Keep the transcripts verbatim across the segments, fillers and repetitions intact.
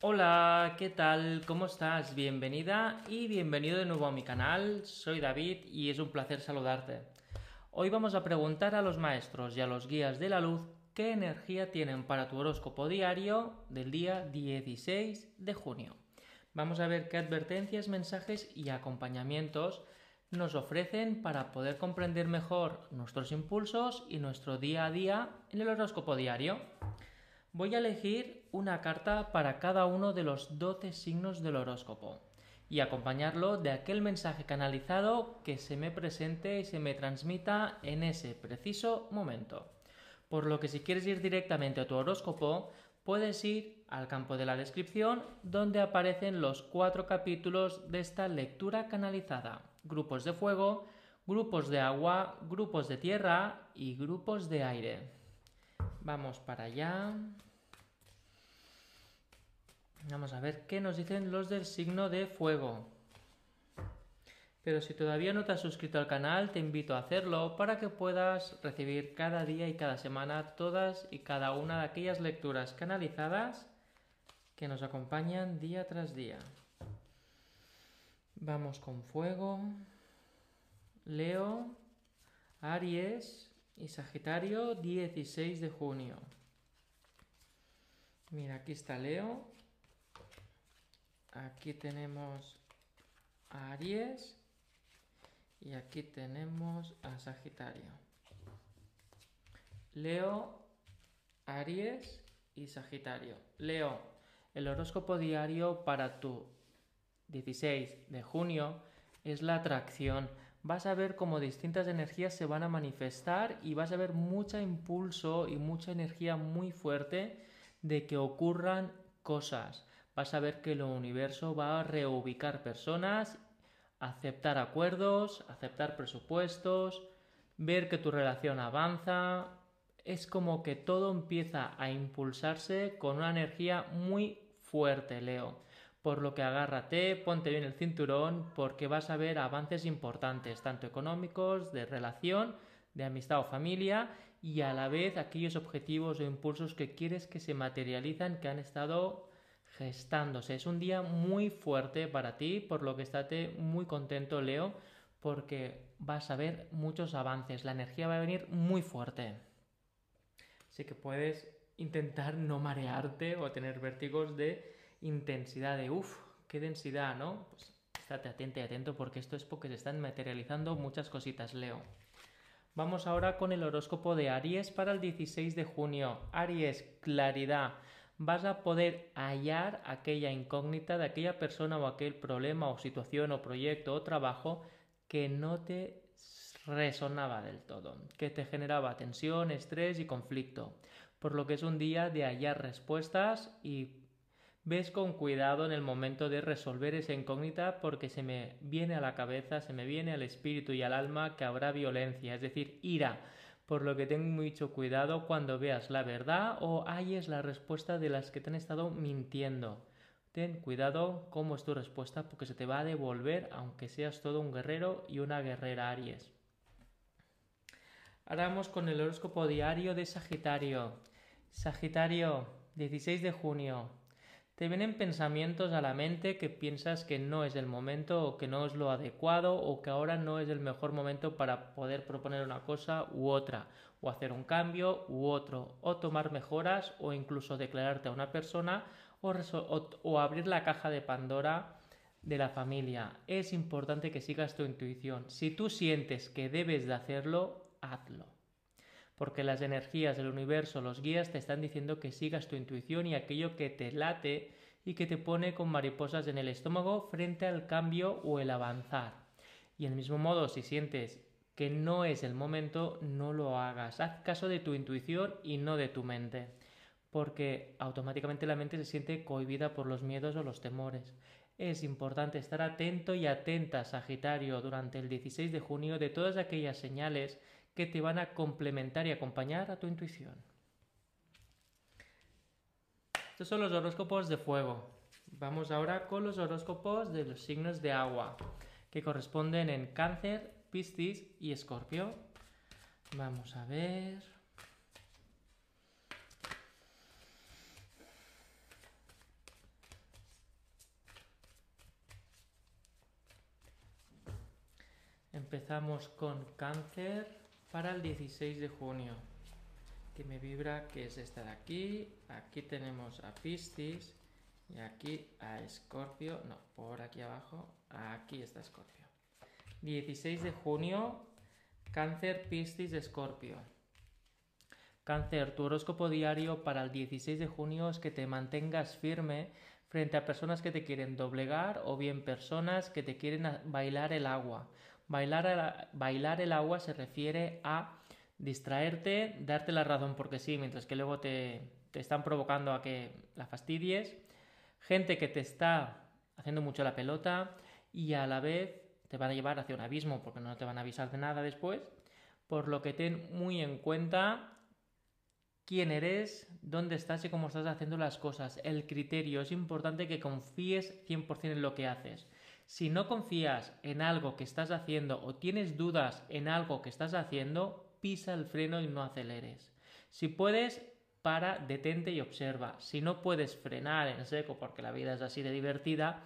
Hola, ¿qué tal? ¿Cómo estás? Bienvenida y bienvenido de nuevo a mi canal. Soy David y es un placer saludarte. Hoy vamos a preguntar a los maestros y a los guías de la luz qué energía tienen para tu horóscopo diario del día dieciséis de junio. Vamos a ver qué advertencias, mensajes y acompañamientos nos ofrecen para poder comprender mejor nuestros impulsos y nuestro día a día en el horóscopo diario. Voy a elegir una carta para cada uno de los doce signos del horóscopo y acompañarlo de aquel mensaje canalizado que se me presente y se me transmita en ese preciso momento. Por lo que si quieres ir directamente a tu horóscopo, puedes ir al campo de la descripción donde aparecen los cuatro capítulos de esta lectura canalizada: grupos de fuego, grupos de agua, grupos de tierra y grupos de aire. Vamos para allá. Vamos a ver qué nos dicen los del signo de fuego. Pero si todavía no te has suscrito al canal, te invito a hacerlo para que puedas recibir cada día y cada semana todas y cada una de aquellas lecturas canalizadas que nos acompañan día tras día. Vamos con fuego, Leo, Aries y Sagitario, dieciséis de junio. Mira, aquí está Leo. Aquí tenemos a Aries y aquí tenemos a Sagitario. Leo, Aries y Sagitario. Leo, el horóscopo diario para tu dieciséis de junio es la atracción. Vas a ver cómo distintas energías se van a manifestar y vas a ver mucho impulso y mucha energía muy fuerte de que ocurran cosas. Vas a ver que el universo va a reubicar personas, aceptar acuerdos, aceptar presupuestos, ver que tu relación avanza. Es como que todo empieza a impulsarse con una energía muy fuerte, Leo. Por lo que agárrate, ponte bien el cinturón, porque vas a ver avances importantes, tanto económicos, de relación, de amistad o familia, y a la vez aquellos objetivos o impulsos que quieres que se materializan, que han estado gestándose. Es un día muy fuerte para ti, por lo que estate muy contento, Leo, porque vas a ver muchos avances. La energía va a venir muy fuerte. Así que puedes intentar no marearte o tener vértigos de intensidad, de uff, qué densidad, ¿no? Pues estate atento y atento porque esto es porque se están materializando muchas cositas, Leo. Vamos ahora con el horóscopo de Aries para el dieciséis de junio. Aries, claridad. Vas a poder hallar aquella incógnita de aquella persona o aquel problema o situación o proyecto o trabajo que no te resonaba del todo, que te generaba tensión, estrés y conflicto. Por lo que es un día de hallar respuestas y ves con cuidado en el momento de resolver esa incógnita porque se me viene a la cabeza, se me viene al espíritu y al alma que habrá violencia, es decir, ira. Por lo que ten mucho cuidado cuando veas la verdad o halles la respuesta de las que te han estado mintiendo. Ten cuidado cómo es tu respuesta porque se te va a devolver aunque seas todo un guerrero y una guerrera, Aries. Ahora vamos con el horóscopo diario de Sagitario. Sagitario, dieciséis de junio. Te vienen pensamientos a la mente que piensas que no es el momento o que no es lo adecuado o que ahora no es el mejor momento para poder proponer una cosa u otra, o hacer un cambio u otro, o tomar mejoras o incluso declararte a una persona o, o, o abrir la caja de Pandora de la familia. Es importante que sigas tu intuición. Si tú sientes que debes de hacerlo, hazlo. Porque las energías del universo, los guías, te están diciendo que sigas tu intuición y aquello que te late y que te pone con mariposas en el estómago frente al cambio o el avanzar. Y del mismo modo, si sientes que no es el momento, no lo hagas. Haz caso de tu intuición y no de tu mente. Porque automáticamente la mente se siente cohibida por los miedos o los temores. Es importante estar atento y atenta, Sagitario, durante el dieciséis de junio de todas aquellas señales que te van a complementar y acompañar a tu intuición. Estos son los horóscopos de fuego. Vamos ahora con los horóscopos de los signos de agua, que corresponden en Cáncer, Piscis y Escorpio. Vamos a ver. Empezamos con Cáncer para el dieciséis de junio. Que me vibra que es esta de aquí. Aquí tenemos a Piscis y aquí a Escorpio. No, por aquí abajo. Aquí está Escorpio. dieciséis de junio, Cáncer, Piscis, Escorpio. Cáncer, tu horóscopo diario para el dieciséis de junio es que te mantengas firme frente a personas que te quieren doblegar o bien personas que te quieren bailar el agua. Bailar el, bailar el agua se refiere a distraerte, darte la razón porque sí, mientras que luego te, te están provocando a que la fastidies. Gente que te está haciendo mucho la pelota y a la vez te van a llevar hacia un abismo porque no te van a avisar de nada después. Por lo que ten muy en cuenta quién eres, dónde estás y cómo estás haciendo las cosas. El criterio. Es importante que confíes cien por ciento en lo que haces. Si no confías en algo que estás haciendo o tienes dudas en algo que estás haciendo, pisa el freno y no aceleres. Si puedes, para, detente y observa. Si no puedes frenar en seco porque la vida es así de divertida,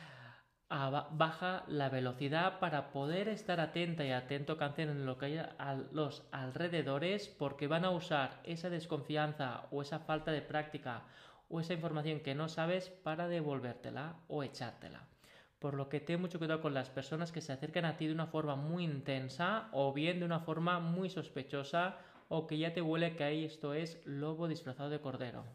baja la velocidad para poder estar atenta y atento, Cáncer, en lo que hay a los alrededores, porque van a usar esa desconfianza o esa falta de práctica o esa información que no sabes para devolvértela o echártela. Por lo que ten mucho cuidado con las personas que se acercan a ti de una forma muy intensa o bien de una forma muy sospechosa o que ya te huele que ahí esto es lobo disfrazado de cordero.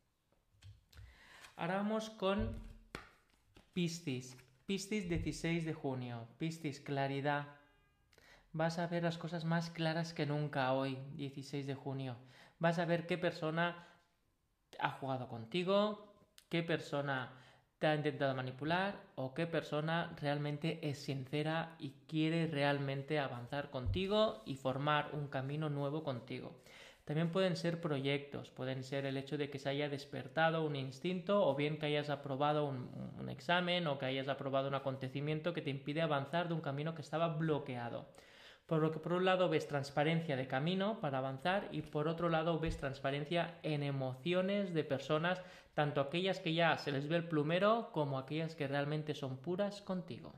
Ahora vamos con Piscis. Piscis, dieciséis de junio. Piscis, claridad. Vas a ver las cosas más claras que nunca hoy, dieciséis de junio. Vas a ver qué persona ha jugado contigo, qué persona te ha intentado manipular o qué persona realmente es sincera y quiere realmente avanzar contigo y formar un camino nuevo contigo. También pueden ser proyectos, pueden ser el hecho de que se haya despertado un instinto o bien que hayas aprobado un, un examen o que hayas aprobado un acontecimiento que te impide avanzar de un camino que estaba bloqueado. Por lo que por un lado ves transparencia de camino para avanzar y por otro lado ves transparencia en emociones de personas, tanto aquellas que ya se les ve el plumero como aquellas que realmente son puras contigo.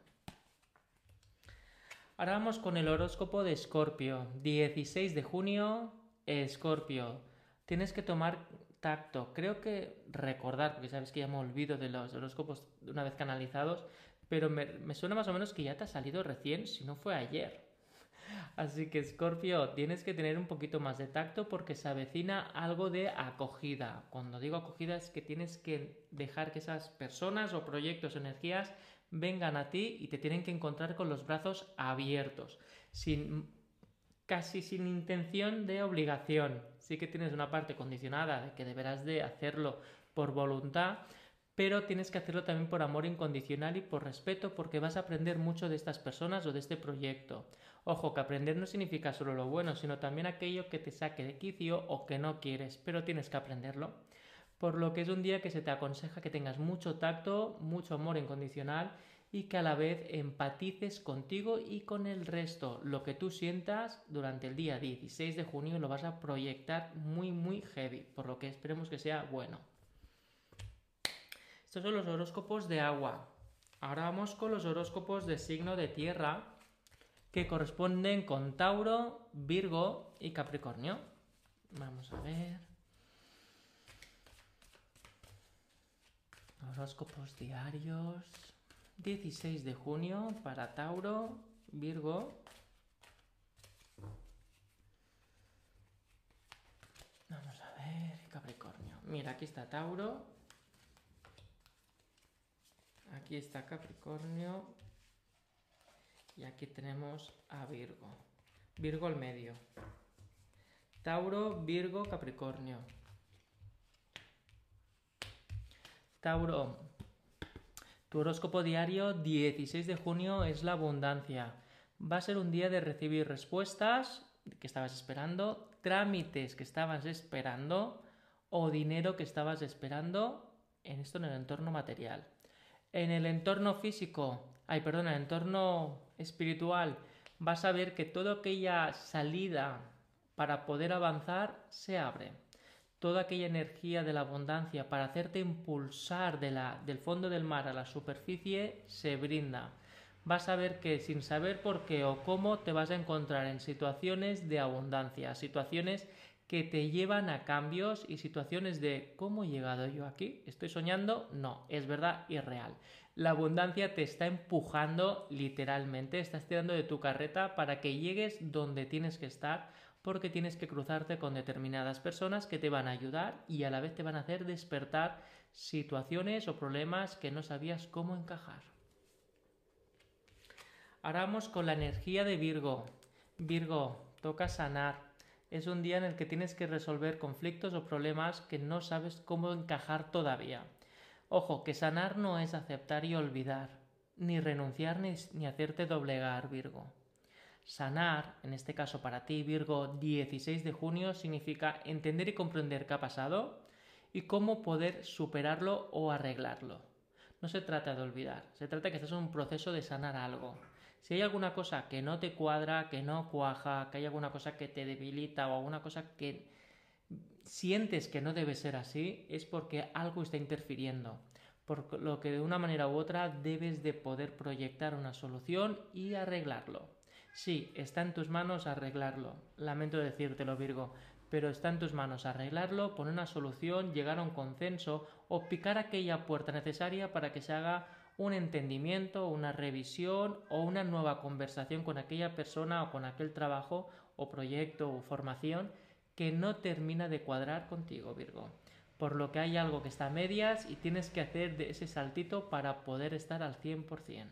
Ahora vamos con el horóscopo de Escorpio, dieciséis de junio. Escorpio, tienes que tomar tacto. Creo que recordar, porque sabes que ya me olvido de los horóscopos una vez canalizados, pero me, me suena más o menos que ya te ha salido recién, si no fue ayer. Así que Escorpio, tienes que tener un poquito más de tacto porque se avecina algo de acogida. Cuando digo acogida es que tienes que dejar que esas personas o proyectos o energías vengan a ti y te tienen que encontrar con los brazos abiertos, sin casi sin intención de obligación. Sí que tienes una parte condicionada de que deberás de hacerlo por voluntad, pero tienes que hacerlo también por amor incondicional y por respeto porque vas a aprender mucho de estas personas o de este proyecto. Ojo, que aprender no significa solo lo bueno, sino también aquello que te saque de quicio o que no quieres, pero tienes que aprenderlo. Por lo que es un día que se te aconseja que tengas mucho tacto, mucho amor incondicional y que a la vez empatices contigo y con el resto. Lo que tú sientas durante el día dieciséis de junio lo vas a proyectar muy muy heavy, por lo que esperemos que sea bueno. Estos son los horóscopos de agua. Ahora vamos con los horóscopos de signo de tierra que corresponden con Tauro, Virgo y Capricornio. Vamos a ver. Horóscopos diarios. dieciséis de junio para Tauro, Virgo. Vamos a ver, Capricornio. Mira, aquí está Tauro. Aquí está Capricornio. Y aquí tenemos a Virgo. Virgo al medio. Tauro, Virgo, Capricornio. Tauro. Tu horóscopo diario dieciséis de junio es la abundancia. Va a ser un día de recibir respuestas que estabas esperando, trámites que estabas esperando o dinero que estabas esperando, en esto en el entorno material. En el entorno físico, ay, perdón, en el entorno espiritual, vas a ver que toda aquella salida para poder avanzar se abre. Toda aquella energía de la abundancia para hacerte impulsar de la, del fondo del mar a la superficie se brinda. Vas a ver que sin saber por qué o cómo te vas a encontrar en situaciones de abundancia, situaciones que te llevan a cambios y situaciones de ¿cómo he llegado yo aquí? ¿Estoy soñando? No, es verdad y real. La abundancia te está empujando literalmente, estás tirando de tu carreta para que llegues donde tienes que estar, porque tienes que cruzarte con determinadas personas que te van a ayudar y a la vez te van a hacer despertar situaciones o problemas que no sabías cómo encajar. Ahora vamos con la energía de Virgo. Virgo, toca sanar. Es un día en el que tienes que resolver conflictos o problemas que no sabes cómo encajar todavía. Ojo, que sanar no es aceptar y olvidar, ni renunciar ni, ni hacerte doblegar, Virgo. Sanar, en este caso para ti, Virgo, dieciséis de junio, significa entender y comprender qué ha pasado y cómo poder superarlo o arreglarlo. No se trata de olvidar, se trata de que estás en un proceso de sanar algo. Si hay alguna cosa que no te cuadra, que no cuaja, que hay alguna cosa que te debilita o alguna cosa que sientes que no debe ser así, es porque algo está interfiriendo, por lo que de una manera u otra debes de poder proyectar una solución y arreglarlo. Sí, está en tus manos arreglarlo, lamento decírtelo, Virgo, pero está en tus manos arreglarlo, poner una solución, llegar a un consenso o picar aquella puerta necesaria para que se haga un entendimiento, una revisión o una nueva conversación con aquella persona o con aquel trabajo o proyecto o formación que no termina de cuadrar contigo, Virgo. Por lo que hay algo que está a medias y tienes que hacer de ese saltito para poder estar al cien por ciento.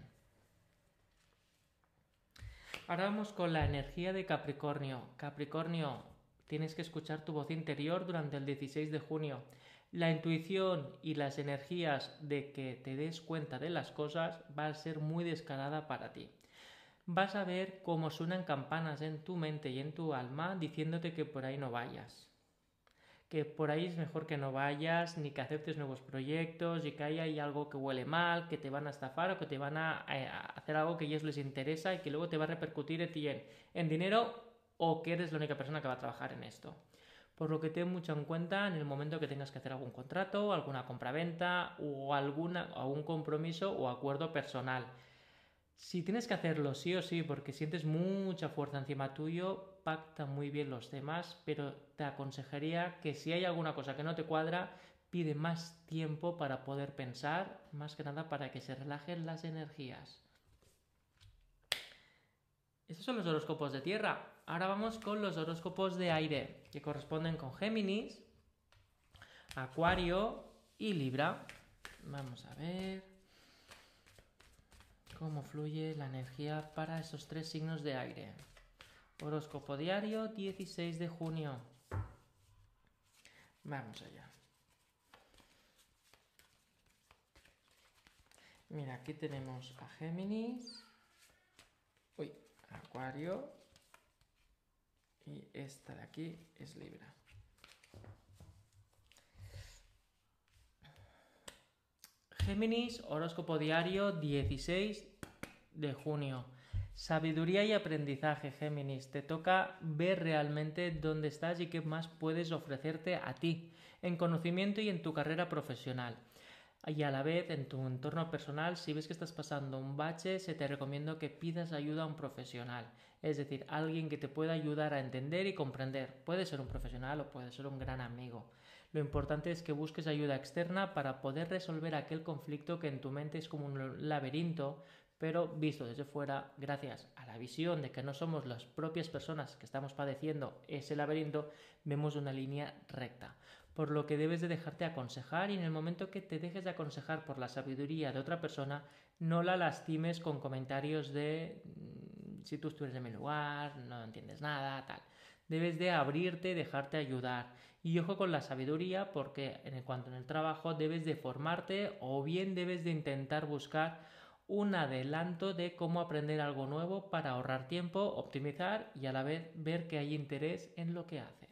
Ahora vamos con la energía de Capricornio. Capricornio, tienes que escuchar tu voz interior durante el dieciséis de junio. La intuición y las energías de que te des cuenta de las cosas va a ser muy descarada para ti. Vas a ver cómo suenan campanas en tu mente y en tu alma diciéndote que por ahí no vayas. Que por ahí es mejor que no vayas, ni que aceptes nuevos proyectos, y que ahí hay algo que huele mal, que te van a estafar o que te van a, a hacer algo que a ellos les interesa y que luego te va a repercutir en ti en, en dinero o que eres la única persona que va a trabajar en esto. Por lo que ten mucho en cuenta en el momento que tengas que hacer algún contrato, alguna compraventa o alguna, algún compromiso o acuerdo personal. Si tienes que hacerlo sí o sí porque sientes mucha fuerza encima tuyo, pacta muy bien los temas, pero te aconsejaría que si hay alguna cosa que no te cuadra, pide más tiempo para poder pensar, más que nada para que se relajen las energías. Estos son los horóscopos de tierra. Ahora vamos con los horóscopos de aire, que corresponden con Géminis, Acuario y Libra. Vamos a ver cómo fluye la energía para esos tres signos de aire. Horóscopo diario, dieciséis de junio. Vamos allá. Mira, aquí tenemos a Géminis, uy, Acuario, y esta de aquí es Libra. Géminis, horóscopo diario, dieciséis de junio. Sabiduría y aprendizaje, Géminis. Te toca ver realmente dónde estás y qué más puedes ofrecerte a ti, en conocimiento y en tu carrera profesional. Y a la vez, en tu entorno personal, si ves que estás pasando un bache, se te recomiendo que pidas ayuda a un profesional. Es decir, alguien que te pueda ayudar a entender y comprender. Puede ser un profesional o puede ser un gran amigo. Lo importante es que busques ayuda externa para poder resolver aquel conflicto que en tu mente es como un laberinto, pero visto desde fuera, gracias a la visión de que no somos las propias personas que estamos padeciendo ese laberinto, vemos una línea recta. Por lo que debes de dejarte aconsejar y en el momento que te dejes de aconsejar por la sabiduría de otra persona, no la lastimes con comentarios de si tú estuvieras en mi lugar, no entiendes nada, tal. Debes de abrirte, dejarte ayudar. Y ojo con la sabiduría porque en cuanto en el trabajo debes de formarte o bien debes de intentar buscar un adelanto de cómo aprender algo nuevo para ahorrar tiempo, optimizar y a la vez ver que hay interés en lo que haces.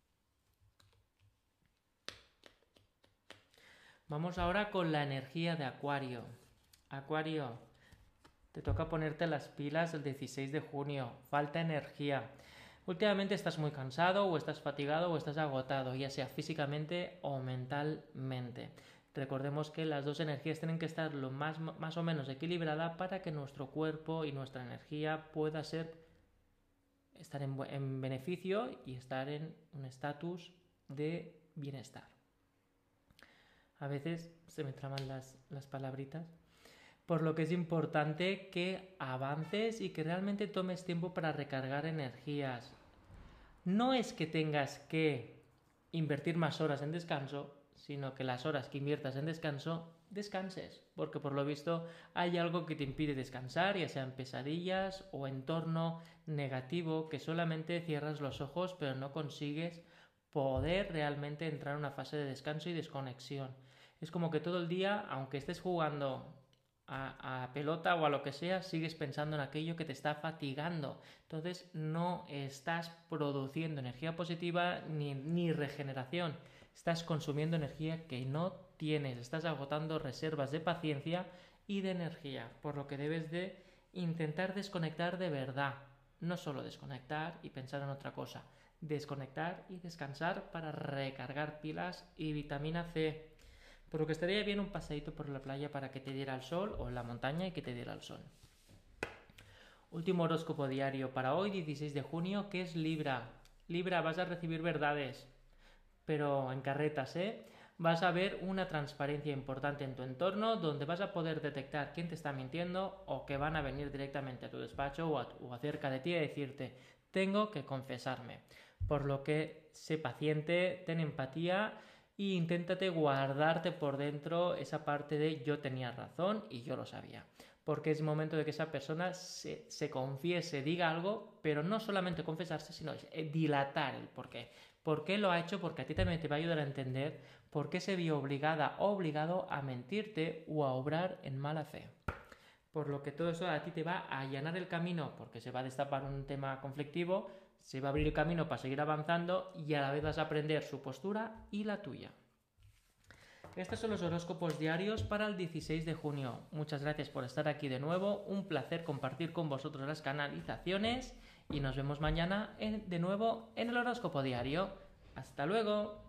Vamos ahora con la energía de Acuario. Acuario, te toca ponerte las pilas el dieciséis de junio. Falta energía. Últimamente estás muy cansado o estás fatigado o estás agotado, ya sea físicamente o mentalmente. Recordemos que las dos energías tienen que estar lo más, más o menos equilibradas para que nuestro cuerpo y nuestra energía pueda ser, estar en, en beneficio y estar en un estatus de bienestar. A veces se me traban las, las palabritas. Por lo que es importante que avances y que realmente tomes tiempo para recargar energías. No es que tengas que invertir más horas en descanso, sino que las horas que inviertas en descanso, descanses. Porque por lo visto hay algo que te impide descansar, ya sean pesadillas o entorno negativo, que solamente cierras los ojos pero no consigues poder realmente entrar en una fase de descanso y desconexión. Es como que todo el día, aunque estés jugando A, a pelota o a lo que sea, sigues pensando en aquello que te está fatigando. Entonces no estás produciendo energía positiva ni, ni regeneración. Estás consumiendo energía que no tienes. Estás agotando reservas de paciencia y de energía. Por lo que debes de intentar desconectar de verdad. No solo desconectar y pensar en otra cosa. Desconectar y descansar para recargar pilas y vitamina C. Por lo que estaría bien un paseíto por la playa para que te diera el sol, o en la montaña y que te diera el sol. Último horóscopo diario para hoy, dieciséis de junio, que es Libra. Libra, vas a recibir verdades, pero en carretas, ¿eh? Vas a ver una transparencia importante en tu entorno, donde vas a poder detectar quién te está mintiendo o que van a venir directamente a tu despacho o, a, o acerca de ti a decirte, tengo que confesarme. Por lo que sé paciente, ten empatía y inténtate guardarte por dentro esa parte de yo tenía razón y yo lo sabía. Porque es momento de que esa persona se, se confiese, diga algo, pero no solamente confesarse, sino dilatar el porqué. ¿Por qué lo ha hecho? Porque a ti también te va a ayudar a entender por qué se vio obligada o obligado a mentirte o a obrar en mala fe. Por lo que todo eso a ti te va a allanar el camino, porque se va a destapar un tema conflictivo, se va a abrir el camino para seguir avanzando y a la vez vas a aprender su postura y la tuya. Estos son los horóscopos diarios para el dieciséis de junio. Muchas gracias por estar aquí de nuevo. Un placer compartir con vosotros las canalizaciones y nos vemos mañana en, de nuevo en el horóscopo diario. ¡Hasta luego!